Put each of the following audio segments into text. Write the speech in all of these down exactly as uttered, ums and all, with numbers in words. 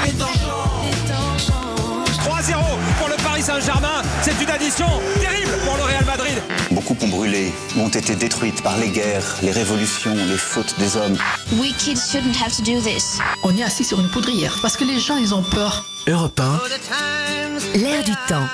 trois zéro pour le Paris Saint-Germain. C'est une addition terrible pour le Real Madrid. Beaucoup ont brûlé, ont été détruites par les guerres, les révolutions, les fautes des hommes. We kids shouldn't have to do this. On est assis sur une poudrière parce que les gens, ils ont peur. Europe un. L'air du temps.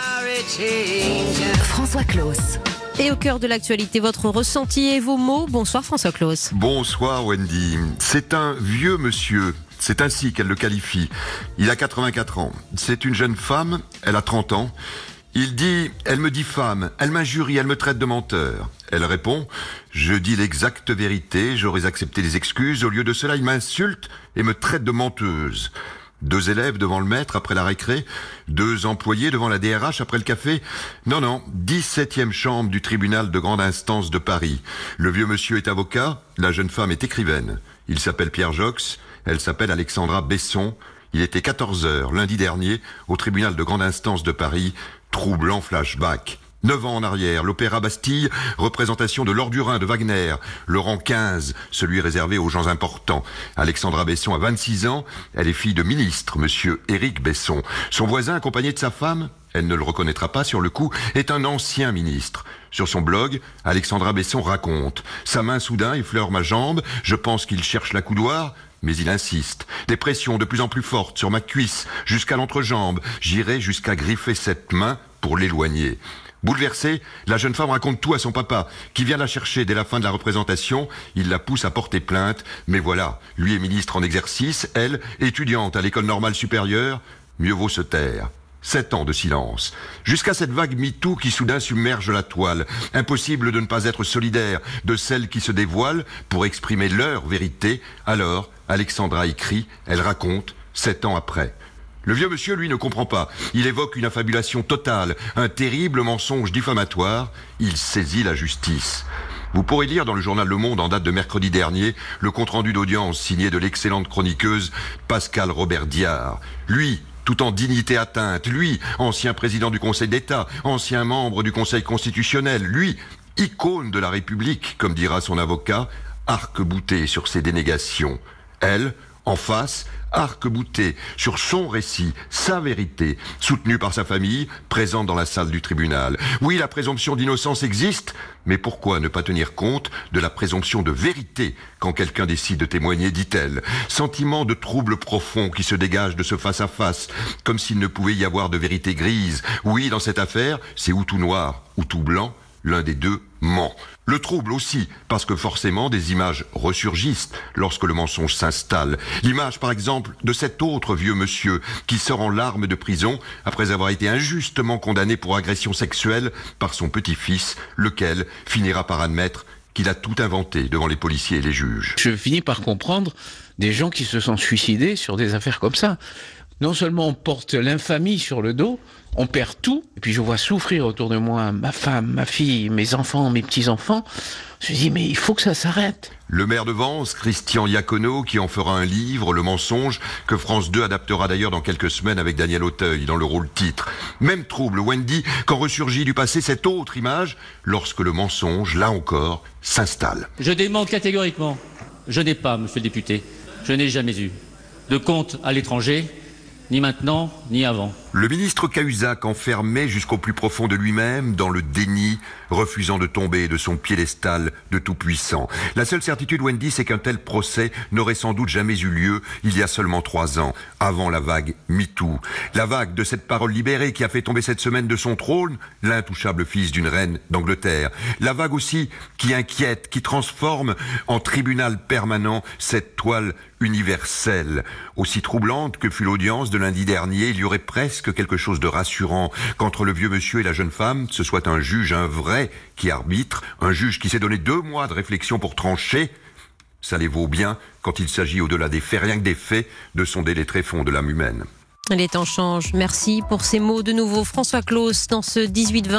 François Claus. Et au cœur de l'actualité, votre ressenti et vos mots. Bonsoir François Claus. Bonsoir Wendy. C'est un vieux monsieur. C'est ainsi qu'elle le qualifie. Il a quatre-vingt-quatre ans. C'est une jeune femme. Elle a trente ans. Il dit, elle me dit femme, elle m'injurie, elle me traite de menteur. Elle répond, je dis l'exacte vérité, j'aurais accepté les excuses. Au lieu de cela, il m'insulte et me traite de menteuse. Deux élèves devant le maître après la récré, deux employés devant la D R H après le café. Non, non, dix-septième chambre du tribunal de grande instance de Paris. Le vieux monsieur est avocat, la jeune femme est écrivaine. Il s'appelle Pierre Jox, elle s'appelle Alexandra Besson. Il était quatorze heures lundi dernier au tribunal de grande instance de Paris. Troublant flashback. Neuf ans en arrière, l'Opéra Bastille, représentation de l'Or du Rhin de Wagner, le rang quinze, celui réservé aux gens importants. Alexandra Besson a vingt-six ans, elle est fille de ministre, monsieur Éric Besson. Son voisin, accompagné de sa femme, elle ne le reconnaîtra pas sur le coup, est un ancien ministre. Sur son blog, Alexandra Besson raconte « Sa main soudain effleure ma jambe, je pense qu'il cherche la coudoir ». Mais il insiste. Des pressions de plus en plus fortes sur ma cuisse, jusqu'à l'entrejambe. J'irai jusqu'à griffer cette main pour l'éloigner. Bouleversée, la jeune femme raconte tout à son papa, qui vient la chercher dès la fin de la représentation. Il la pousse à porter plainte. Mais voilà, lui est ministre en exercice, elle, étudiante à l'école normale supérieure. Mieux vaut se taire. Sept ans de silence. Jusqu'à cette vague MeToo qui soudain submerge la toile. Impossible de ne pas être solidaire de celles qui se dévoilent pour exprimer leur vérité. Alors, Alexandra écrit, elle raconte, sept ans après. Le vieux monsieur, lui, ne comprend pas. Il évoque une affabulation totale, un terrible mensonge diffamatoire. Il saisit la justice. Vous pourrez lire dans le journal Le Monde en date de mercredi dernier le compte-rendu d'audience signé de l'excellente chroniqueuse Pascale Robert-Diard. Lui, tout en dignité atteinte, lui, ancien président du Conseil d'État, ancien membre du Conseil constitutionnel, lui, icône de la République, comme dira son avocat, arc-bouté sur ses dénégations. Elle, en face, arc-bouté sur son récit, sa vérité, soutenue par sa famille, présente dans la salle du tribunal. Oui, la présomption d'innocence existe, mais pourquoi ne pas tenir compte de la présomption de vérité quand quelqu'un décide de témoigner, dit-elle. Sentiment de trouble profond qui se dégage de ce face-à-face, comme s'il ne pouvait y avoir de vérité grise. Oui, dans cette affaire, c'est ou tout noir ou tout blanc, l'un des deux ment. Le trouble aussi, parce que forcément des images ressurgissent lorsque le mensonge s'installe. L'image, par exemple, de cet autre vieux monsieur qui sort en larmes de prison après avoir été injustement condamné pour agression sexuelle par son petit-fils, lequel finira par admettre qu'il a tout inventé devant les policiers et les juges. Je finis par comprendre des gens qui se sont suicidés sur des affaires comme ça. Non seulement on porte l'infamie sur le dos, on perd tout, et puis je vois souffrir autour de moi ma femme, ma fille, mes enfants, mes petits-enfants. Je me dis, mais il faut que ça s'arrête. Le maire de Vence, Christian Iacono, qui en fera un livre, Le mensonge, que France deux adaptera d'ailleurs dans quelques semaines avec Daniel Auteuil dans le rôle titre. Même trouble, Wendy, quand ressurgit du passé cette autre image, lorsque le mensonge, là encore, s'installe. Je dément catégoriquement, je n'ai pas, monsieur le député, je n'ai jamais eu de compte à l'étranger, ni maintenant, ni avant. Le ministre Cahuzac enfermé jusqu'au plus profond de lui-même, dans le déni, refusant de tomber de son piédestal de tout-puissant. La seule certitude, Wendy, c'est qu'un tel procès n'aurait sans doute jamais eu lieu il y a seulement trois ans, avant la vague MeToo. La vague de cette parole libérée qui a fait tomber cette semaine de son trône l'intouchable fils d'une reine d'Angleterre. La vague aussi qui inquiète, qui transforme en tribunal permanent cette toile universelle. Aussi troublante que fut l'audience de lundi dernier, il y aurait presque quelque chose de rassurant qu'entre le vieux monsieur et la jeune femme, ce soit un juge, un vrai, qui arbitre, un juge qui s'est donné deux mois de réflexion pour trancher. Ça les vaut bien quand il s'agit au-delà des faits, rien que des faits, de sonder les tréfonds de l'âme humaine. Les temps changent. Merci pour ces mots de nouveau. François Claus dans ce dix-huit vingt.